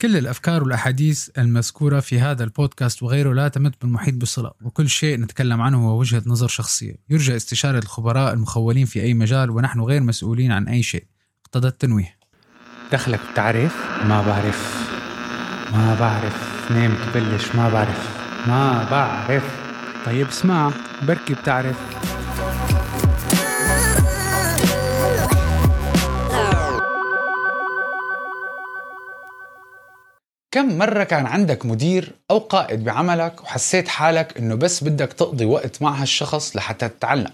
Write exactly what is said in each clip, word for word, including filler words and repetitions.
كل الأفكار والأحاديث المذكورة في هذا البودكاست وغيره لا تمت بالمحيط بصلة، وكل شيء نتكلم عنه هو وجهة نظر شخصية يرجى استشارة الخبراء المخولين في أي مجال، ونحن غير مسؤولين عن أي شيء. اقتضى التنويه. دخلك بتعرف؟ ما بعرف ما بعرف نام تبلش ما بعرف ما بعرف طيب اسمع، بركي بتعرف. كم مرة كان عندك مدير أو قائد بعملك وحسيت حالك إنه بس بدك تقضي وقت مع هالشخص لحتى تتعلم؟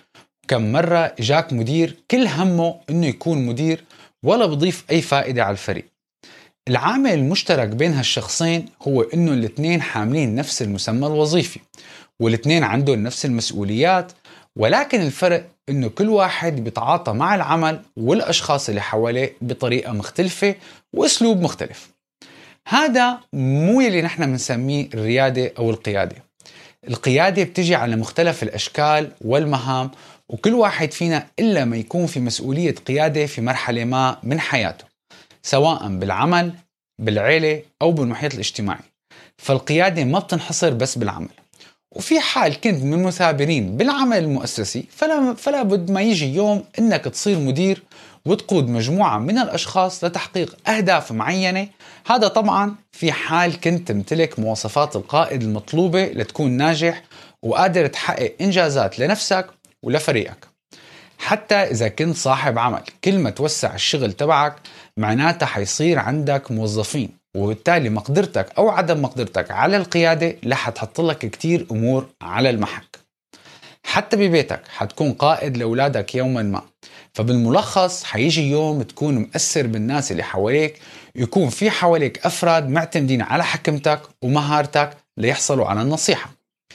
كم مرة إجاك مدير كل همه إنه يكون مدير ولا بضيف أي فائدة على الفريق؟ العامل المشترك بين هالشخصين هو إنه الاثنين حاملين نفس المسمى الوظيفي، والاثنين عندهم نفس المسؤوليات، ولكن الفرق إنه كل واحد بيتعاطى مع العمل والأشخاص اللي حواليه بطريقة مختلفة وأسلوب مختلف. هذا مو يلي نحن بنسميه الريادة أو القيادة. القيادة بتجي على مختلف الأشكال والمهام، وكل واحد فينا إلا ما يكون في مسؤولية قيادة في مرحلة ما من حياته، سواء بالعمل، بالعيلة أو بالمحيط الاجتماعي. فالقيادة ما بتنحصر بس بالعمل. وفي حال كنت من المثابرين بالعمل المؤسسي فلا, فلا بد ما يجي يوم إنك تصير مدير وتقود مجموعة من الأشخاص لتحقيق أهداف معينة. هذا طبعا في حال كنت تمتلك مواصفات القائد المطلوبة لتكون ناجح وقادر تحقق إنجازات لنفسك ولفريقك. حتى إذا كنت صاحب عمل، كل ما توسع الشغل تبعك معناتها حيصير عندك موظفين، وبالتالي مقدرتك أو عدم مقدرتك على القيادة رح تحط لك كتير أمور على المحك. حتى ببيتك حتكون قائد لأولادك يوما ما، فبالملخص حيجي يوم تكون مؤثر بالناس اللي حواليك، يكون في حواليك أفراد معتمدين على حكمتك ومهارتك ليحصلوا على النصيحة.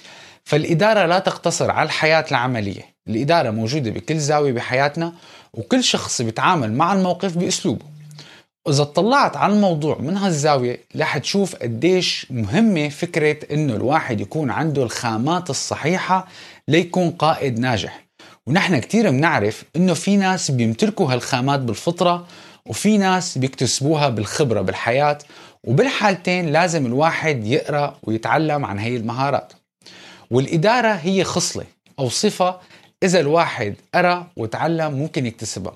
فالإدارة لا تقتصر على الحياة العملية، الإدارة موجودة بكل زاوية بحياتنا، وكل شخص بيتعامل مع الموقف بأسلوبه. إذا اطلعت على الموضوع من هالزاوية رح تشوف قديش مهمة فكرة إنه الواحد يكون عنده الخامات الصحيحة ليكون قائد ناجح. ونحن كتير بنعرف إنه في ناس بيمتلكوا هالخامات بالفطرة، وفي ناس بيكتسبوها بالخبرة بالحياة، وبالحالتين لازم الواحد يقرأ ويتعلم عن هاي المهارات. والإدارة هي خصلة أو صفة إذا الواحد قرأ وتعلم ممكن يكتسبها،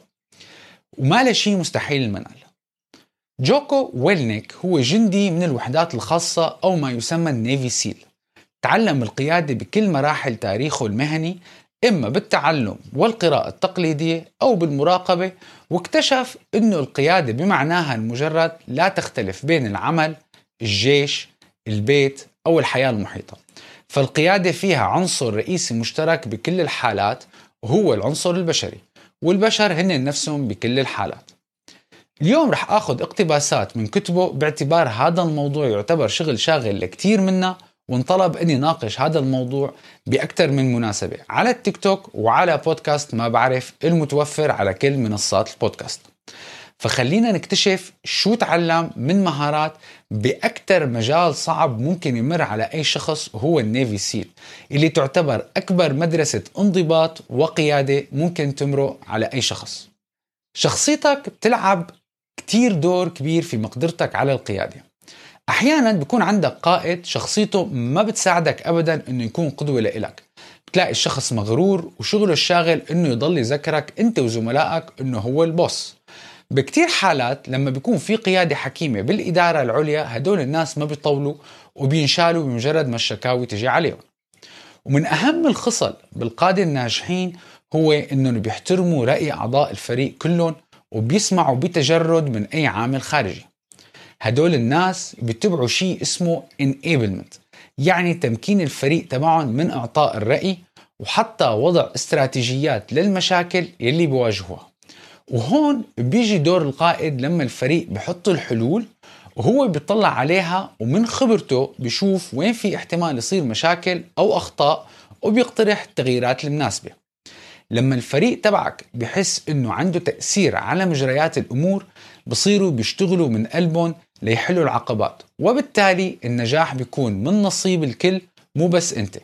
وما له شيء مستحيل المنال. جوكو ويلنيك هو جندي من الوحدات الخاصة أو ما يسمى النيفي سيل. تعلم القيادة بكل مراحل تاريخه المهني، إما بالتعلم والقراءة التقليدية أو بالمراقبة، واكتشف أنه القيادة بمعناها المجرد لا تختلف بين العمل، الجيش، البيت أو الحياة المحيطة. فالقيادة فيها عنصر رئيسي مشترك بكل الحالات، وهو العنصر البشري، والبشر هن نفسهم بكل الحالات. اليوم رح أخذ اقتباسات من كتبه باعتبار هذا الموضوع يعتبر شغل شاغل لكتير منا، وانطلب أني ناقش هذا الموضوع بأكثر من مناسبة على التيك توك وعلى بودكاست ما بعرف المتوفر على كل منصات البودكاست. فخلينا نكتشف شو تعلم من مهارات بأكثر مجال صعب ممكن يمر على أي شخص، هو النيفي سيل، اللي تعتبر أكبر مدرسة انضباط وقيادة ممكن تمرق على أي شخص. شخصيتك بتلعب كتير دور كبير في مقدرتك على القيادة. أحيانا بيكون عندك قائد شخصيته ما بتساعدك أبدا إنه يكون قدوة لإلك. بتلاقي الشخص مغرور وشغله الشاغل إنه يضل يذكرك أنت وزملائك إنه هو البوس. بكتير حالات لما بيكون في قيادة حكيمة بالإدارة العليا، هدول الناس ما بيطولوا وبينشالوا بمجرد ما الشكاوي تجي عليهم. ومن أهم الخصال بالقادة الناجحين هو إنه بيحترموا رأي أعضاء الفريق كلهم، وبيسمعوا بتجرد من أي عامل خارجي. هدول الناس بيتبعوا شيء اسمه enablement، يعني تمكين الفريق تبعهم من إعطاء الرأي، وحتى وضع استراتيجيات للمشاكل يلي بيواجهوها. وهون بيجي دور القائد لما الفريق بيحط الحلول وهو بيطلع عليها، ومن خبرته بيشوف وين في احتمال يصير مشاكل أو أخطاء وبيقترح التغييرات المناسبة. لما الفريق تبعك بيحس إنه عنده تأثير على مجريات الأمور، بصيروا بيشتغلوا من قلبهم ليحلوا العقبات، وبالتالي النجاح بيكون من نصيب الكل مو بس أنت.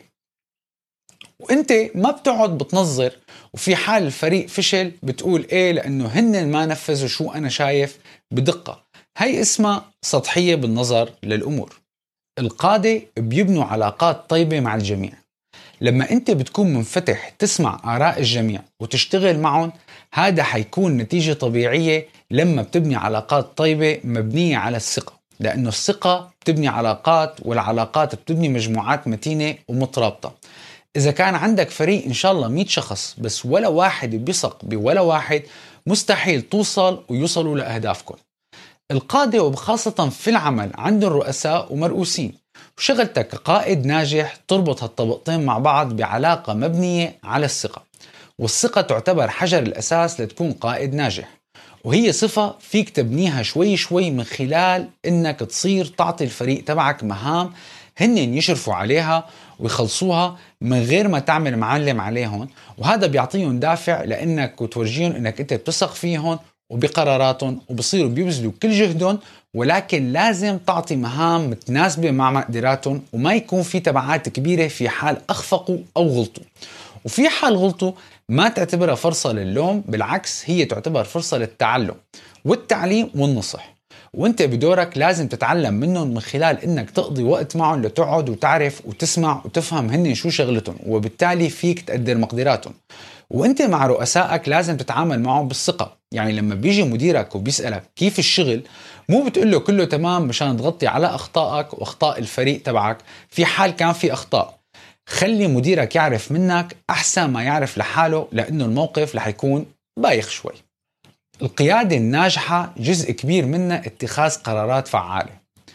وأنت ما بتقعد بتنظر، وفي حال الفريق فشل بتقول إيه لأنه هن ما نفذوا شو أنا شايف بدقة. هاي اسمها سطحية بالنظر للأمور. القادة بيبنوا علاقات طيبة مع الجميع. لما أنت بتكون منفتح تسمع آراء الجميع وتشتغل معهم، هذا حيكون نتيجة طبيعية لما بتبني علاقات طيبة مبنية على الثقة، لأنه الثقة بتبني علاقات، والعلاقات بتبني مجموعات متينة ومترابطة. إذا كان عندك فريق إن شاء الله مئة شخص بس ولا واحد بيثق بولا واحد، مستحيل توصل ويوصلوا لأهدافكم. القادة وبخاصة في العمل عندهم رؤساء ومرؤوسين، وشغلتك كقائد ناجح تربط هالطبقتين مع بعض بعلاقة مبنية على الثقة. والثقة تعتبر حجر الأساس لتكون قائد ناجح، وهي صفة فيك تبنيها شوي شوي من خلال إنك تصير تعطي الفريق تبعك مهام هن يشرفوا عليها ويخلصوها من غير ما تعمل معلم عليهم، وهذا بيعطيهم دافع لأنك وتورجيهم إنك أنت بتثق فيهم وبقراراتهم، وبصيروا بيبذلوا كل جهدهم، ولكن لازم تعطي مهام متناسبة مع مقدراتهم، وما يكون في تبعات كبيرة في حال أخفقوا أو غلطوا. وفي حال غلطوا ما تعتبرها فرصة للوم، بالعكس هي تعتبر فرصة للتعلم والتعليم والنصح. وانت بدورك لازم تتعلم منهم من خلال انك تقضي وقت معهم لتقعد وتعرف وتسمع وتفهم هن شو شغلتهم، وبالتالي فيك تقدر مقدراتهم. وانت مع رؤسائك لازم تتعامل معهم بالثقة. يعني لما بيجي مديرك وبيسألك كيف الشغل، مو بتقول له كله تمام مشان تغطي على أخطائك وأخطاء الفريق تبعك في حال كان في أخطاء. خلي مديرك يعرف منك أحسن ما يعرف لحاله، لأنه الموقف رح يكون بايخ شوي. القيادة الناجحة جزء كبير منها اتخاذ قرارات فعالة.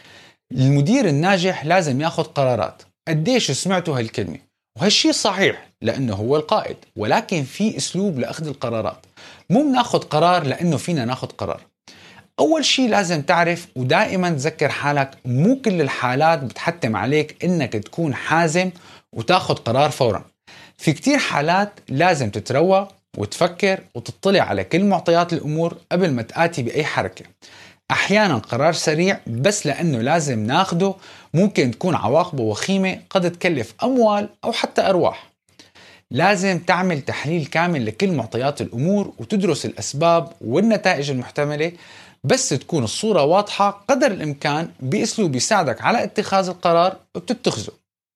المدير الناجح لازم ياخد قرارات. قديش سمعتوا هالكلمة؟ وهالشي صحيح لأنه هو القائد، ولكن في أسلوب لأخذ القرارات. مو بناخد قرار لأنه فينا ناخد قرار. أول شي لازم تعرف ودائما تذكر حالك مو كل الحالات بتحتم عليك إنك تكون حازم وتاخد قرار فورا. في كتير حالات لازم تتروى وتفكر وتطلع على كل معطيات الأمور قبل ما تآتي بأي حركة. أحيانا قرار سريع بس لأنه لازم ناخده ممكن تكون عواقبه وخيمة، قد تكلف أموال أو حتى أرواح. لازم تعمل تحليل كامل لكل معطيات الأمور وتدرس الأسباب والنتائج المحتملة، بس تكون الصورة واضحة قدر الإمكان بأسلوب يساعدك على اتخاذ القرار وبتتخذه.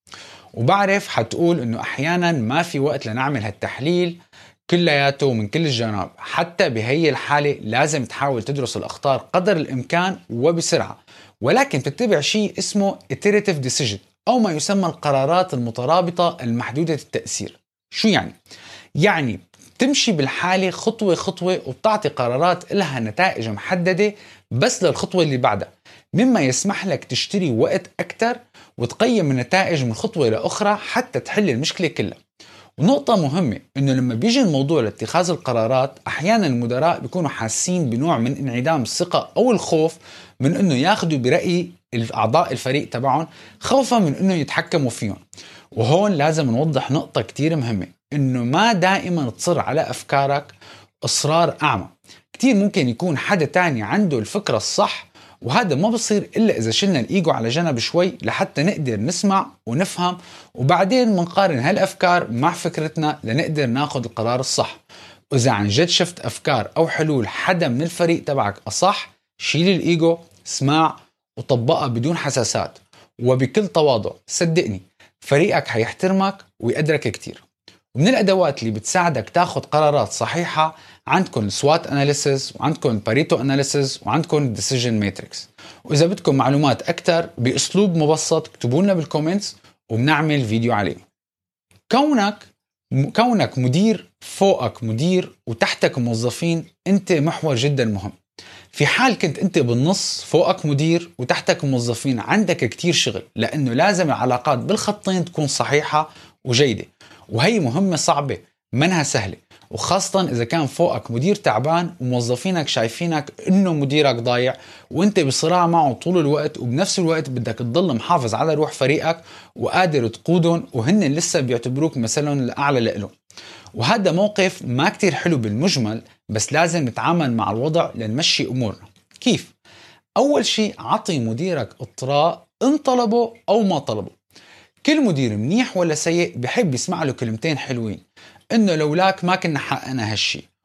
وبعرف حتقول إنه أحيانا ما في وقت لنعمل هالتحليل كلياته من كل الجانب. حتى بهي الحالة لازم تحاول تدرس الأخطار قدر الإمكان وبسرعة، ولكن تتبع شيء اسمه iterative decision أو ما يسمى القرارات المترابطة المحدودة التأثير. شو يعني؟ يعني تمشي بالحالة خطوة خطوة وبتعطي قرارات لها نتائج محددة بس للخطوة اللي بعدها، مما يسمح لك تشتري وقت أكتر وتقيم النتائج من خطوة لأخرى حتى تحل المشكلة كلها. ونقطة مهمة إنه لما بيجي الموضوع لاتخاذ القرارات، أحيانا المدراء بيكونوا حاسين بنوع من انعدام الثقة أو الخوف من إنه ياخدوا برأي أعضاء الفريق تبعهم، خوفا من إنه يتحكموا فيهم. وهون لازم نوضح نقطة كتير مهمة، إنه ما دائما تصر على أفكارك إصرار أعمى. كتير ممكن يكون حدا تاني عنده الفكرة الصح، وهذا ما بصير إلا إذا شلنا الإيجو على جنب شوي لحتى نقدر نسمع ونفهم، وبعدين منقارن هالأفكار مع فكرتنا لنقدر ناخد القرار الصح. وإذا عن جد شفت أفكار أو حلول حدا من الفريق تبعك أصح، شيل الإيجو، اسمع وطبقها بدون حساسات وبكل تواضع. صدقني فريقك هيحترمك ويقدرك كتير. ومن الأدوات اللي بتساعدك تاخد قرارات صحيحة عندكم سوات أناليسيس، وعندكم باريتو أناليسيس، وعندكم ديسيجن ماتريكس. وإذا بدكم معلومات أكتر بأسلوب مبسط اكتبوا لنا بالكومنتس وبنعمل فيديو عليه. كونك كونك مدير، فوقك مدير وتحتك موظفين، أنت محور جدا مهم. في حال كنت أنت بالنص فوقك مدير وتحتك موظفين، عندك كتير شغل، لأنه لازم العلاقات بالخطين تكون صحيحة وجيدة، وهي مهمة صعبة منها سهلة، وخاصة إذا كان فوقك مدير تعبان وموظفينك شايفينك إنه مديرك ضايع وإنت بصراع معه طول الوقت، وبنفس الوقت بدك تضل محافظ على روح فريقك وقادر تقودهم وهن لسه بيعتبروك مثلا الأعلى لإلهم. وهذا موقف ما كتير حلو بالمجمل، بس لازم نتعامل مع الوضع لنمشي أمورنا. كيف؟ أول شيء عطي مديرك إطراء إن طلبه أو ما طلبه. كل مدير منيح ولا سيء بحب يسمع له كلمتين حلوين، إنه لولاك ما كنا حققنا هالشي،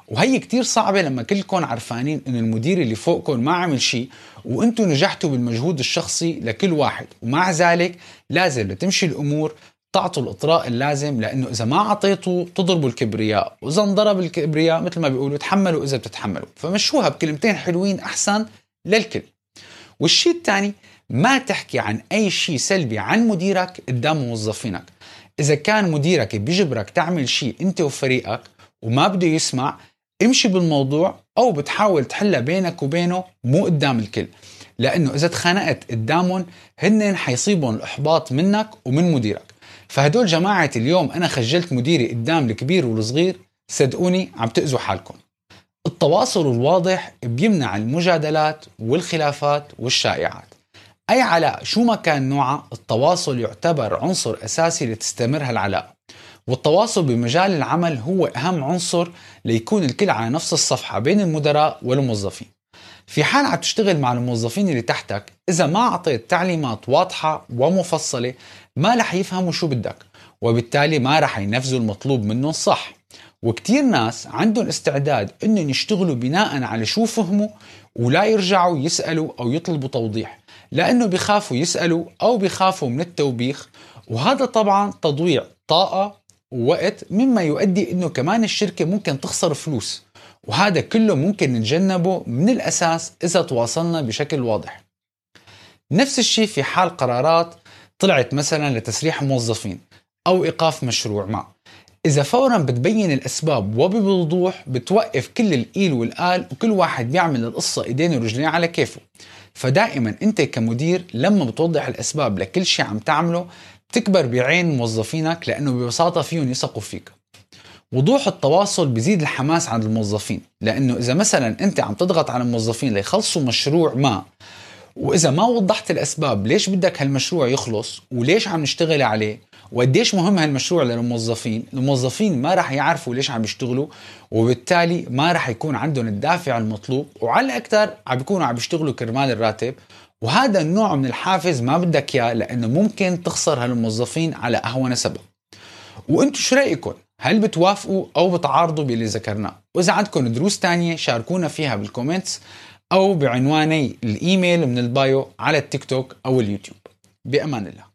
وهي كتير صعبة لما كلكم عارفانين إن المدير اللي فوقكم ما عمل شيء وإنتوا نجحتوا بالمجهود الشخصي لكل واحد، ومع ذلك لازم لتمشي الأمور تعطوا الإطراء اللازم، لأنه إذا ما عطيتوا تضربوا الكبرياء، وإذا انضرب الكبرياء مثل ما بيقولوا تحملوا إذا بتتحملوا، فمشوها بكلمتين حلوين أحسن للكل. والشيء الثاني، ما تحكي عن أي شيء سلبي عن مديرك قدام موظفينك. إذا كان مديرك بيجبرك تعمل شيء أنت وفريقك وما بده يسمع، امشي بالموضوع أو بتحاول تحلها بينك وبينه مو قدام الكل، لأنه إذا تخانقت قدامهم هن حيصيبهم الإحباط منك ومن مديرك. فهدول جماعة اليوم أنا خجلت مديري قدام الكبير والصغير، صدقوني عم تأذوا حالكم. التواصل الواضح بيمنع المجادلات والخلافات والشائعات. أي علاقة شو ما كان نوعها، التواصل يعتبر عنصر أساسي لتستمر هالعلاقة. والتواصل بمجال العمل هو أهم عنصر ليكون الكل على نفس الصفحة بين المدراء والموظفين. في حال عم تشتغل مع الموظفين اللي تحتك، إذا ما أعطيت تعليمات واضحة ومفصلة ما رح يفهموا شو بدك، وبالتالي ما رح ينفذوا المطلوب منهم صح. وكتير ناس عندهم استعداد إنهم يشتغلوا بناء على شو فهموا، ولا يرجعوا يسألوا أو يطلبوا توضيح، لأنه بيخافوا يسألوا أو بيخافوا من التوبيخ، وهذا طبعا تضييع طاقة ووقت، مما يؤدي إنه كمان الشركة ممكن تخسر فلوس. وهذا كله ممكن نتجنبه من الأساس إذا تواصلنا بشكل واضح. نفس الشيء في حال قرارات طلعت مثلا لتسريح موظفين أو إيقاف مشروع ما، إذا فورا بتبين الأسباب وبوضوح بتوقف كل القيل والقال، وكل واحد بيعمل القصة إيدين ورجلين على كيفه. فدائما أنت كمدير لما بتوضح الأسباب لكل شيء عم تعمله بتكبر بعين موظفينك، لأنه ببساطة فيهم يثقوا فيك. وضوح التواصل بيزيد الحماس عند الموظفين، لأنه إذا مثلا أنت عم تضغط على الموظفين ليخلصوا مشروع ما، وإذا ما وضحت الأسباب ليش بدك هالمشروع يخلص وليش عم نشتغل عليه وقديش مهم هالمشروع للموظفين، الموظفين ما رح يعرفوا ليش عم يشتغلوا، وبالتالي ما رح يكون عندهم الدافع المطلوب، وعلى الأكثر عم بيكونوا عم يشتغلوا كرمال الراتب. وهذا النوع من الحافز ما بدك إياه، لأنه ممكن تخسر هالموظفين على أهون سبب. وانتوا شو رأيكم؟ هل بتوافقوا أو بتعارضوا باللي ذكرناه؟ وإذا عندكم دروس تانية شاركونا فيها بالكومنتس أو بعنواني الإيميل من البايو على التيك توك أو اليوتيوب. بأمان الله.